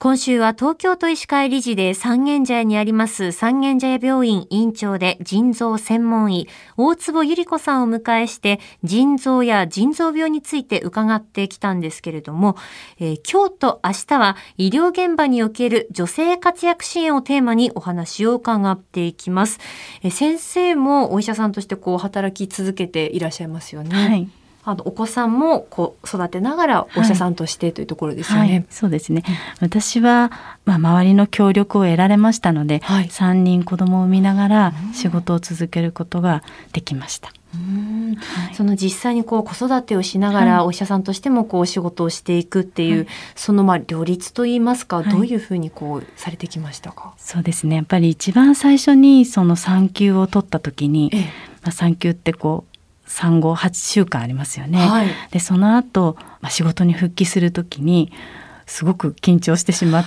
今週は東京都医師会理事で三軒茶屋にあります三軒茶屋病院院長で腎臓専門医大坪百合子さんをお迎えして腎臓や腎臓病について伺ってきたんですけれども、今日と明日は医療現場における女性活躍支援をテーマにお話を伺っていきます。先生もお医者さんとして働き続けていらっしゃいますよね。はい、お子さんも育てながらお医者さんとしてというところですよね。 はい、そうですね。私は、周りの協力を得られましたので、3人子供を産みながら仕事を続けることができました。 その実際に子育てをしながらお医者さんとしてもお仕事をしていくっていう、その両立といいますか、どういうふうにされてきましたか？ そうですね。やっぱり一番最初にその産休を取った時に、産休って産後8週間ありますよね。でその後、仕事に復帰する時にすごく緊張してしまって、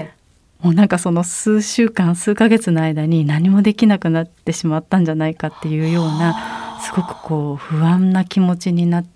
もうその数週間数ヶ月の間に何もできなくなってしまったんじゃないかっていうようなすごく不安な気持ちになって、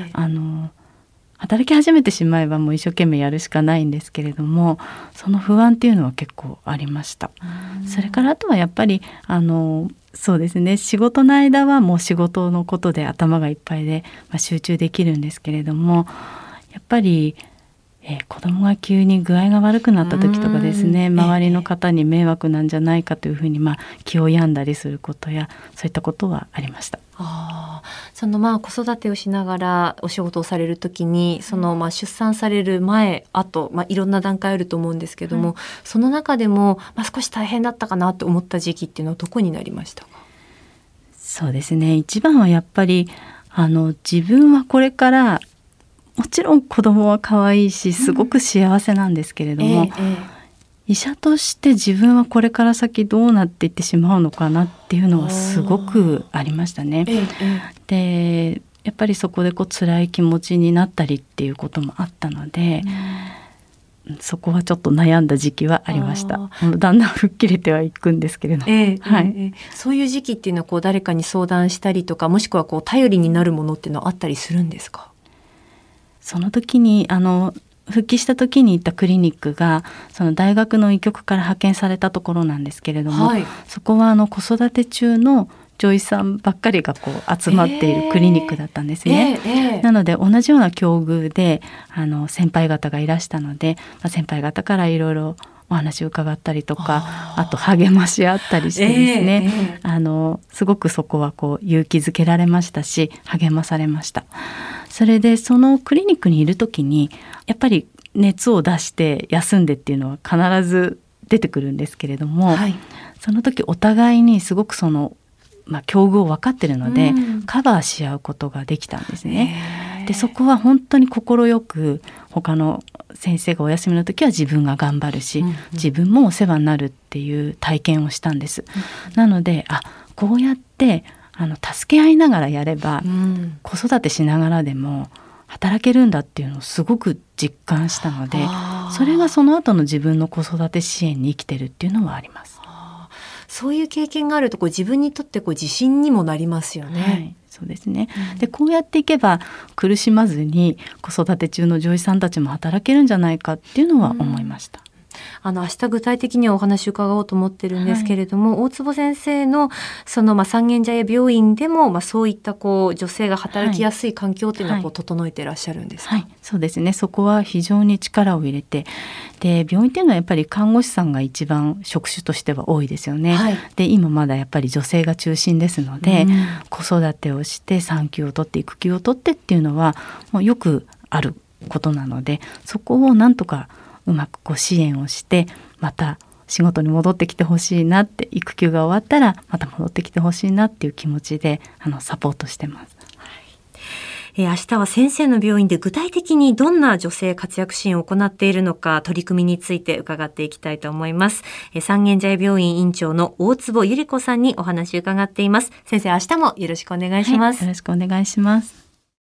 働き始めてしまえばもう一生懸命やるしかないんですけれども、その不安っていうのは結構ありました。それからあとはやっぱりそうですね、仕事の間はもう仕事のことで頭がいっぱいで、集中できるんですけれども、やっぱり、子供が急に具合が悪くなった時とかですね、周りの方に迷惑なんじゃないかというふうに、気を病んだりすることやそういったことはありました。 その子育てをしながらお仕事をされる時にその出産される前後、いろんな段階あると思うんですけども、その中でも、少し大変だったかなと思った時期っていうのはどこになりましたか？ そうですね、一番はやっぱり自分はこれからもちろん子供は可愛いしすごく幸せなんですけれども、医者として自分はこれから先どうなっていってしまうのかなっていうのはすごくありましたね。でやっぱりそこで辛い気持ちになったりっていうこともあったので、そこはちょっと悩んだ時期はありました。だんだん吹っ切れてはいくんですけれども、 そういう時期っていうのは誰かに相談したりとか、もしくは頼りになるものっていうのはあったりするんですか？ その時に復帰した時に行ったクリニックがその大学の医局から派遣されたところなんですけれども、そこは子育て中の女医さんばっかりが集まっているクリニックだったんですね。なので同じような境遇で先輩方がいらしたので、先輩方からいろいろお話を伺ったりとか、あと励まし合ったりしてですね、すごくそこは勇気づけられましたし励まされました。それでそのクリニックにいる時にやっぱり熱を出して休んでっていうのは必ず出てくるんですけれども、その時お互いにすごく境遇を分かってるので、カバーし合うことができたんですね。でそこは本当に快く他の先生がお休みの時は自分が頑張るし、自分もお世話になるっていう体験をしたんです。なのでこうやって助け合いながらやれば、子育てしながらでも働けるんだっていうのをすごく実感したので、それがその後の自分の子育て支援に生きてるっていうのはあります。 そういう経験があると自分にとって自信にもなりますよね。 そうですね。でこうやっていけば苦しまずに子育て中の女医さんたちも働けるんじゃないかっていうのは思いました。 明日具体的にはお話を伺おうと思ってるんですけれども、大坪先生のその三軒茶屋病院でもそういった女性が働きやすい環境というのは整えていらっしゃるんですか？ そうですね。そこは非常に力を入れて、で病院っていうのはやっぱり看護師さんが一番職種としては多いですよね。で今まだやっぱり女性が中心ですので、子育てをして産休を取って育休を取ってっていうのはもうよくあることなので、そこをなんとかうまく支援をしてまた仕事に戻ってきてほしいなって、育休が終わったらまた戻ってきてほしいなっていう気持ちでサポートしてます。 明日は先生の病院で具体的にどんな女性活躍支援を行っているのか、取り組みについて伺っていきたいと思います。三軒茶屋病院院長の大坪百合子さんにお話を伺っています。先生、明日もよろしくお願いします。 よろしくお願いします。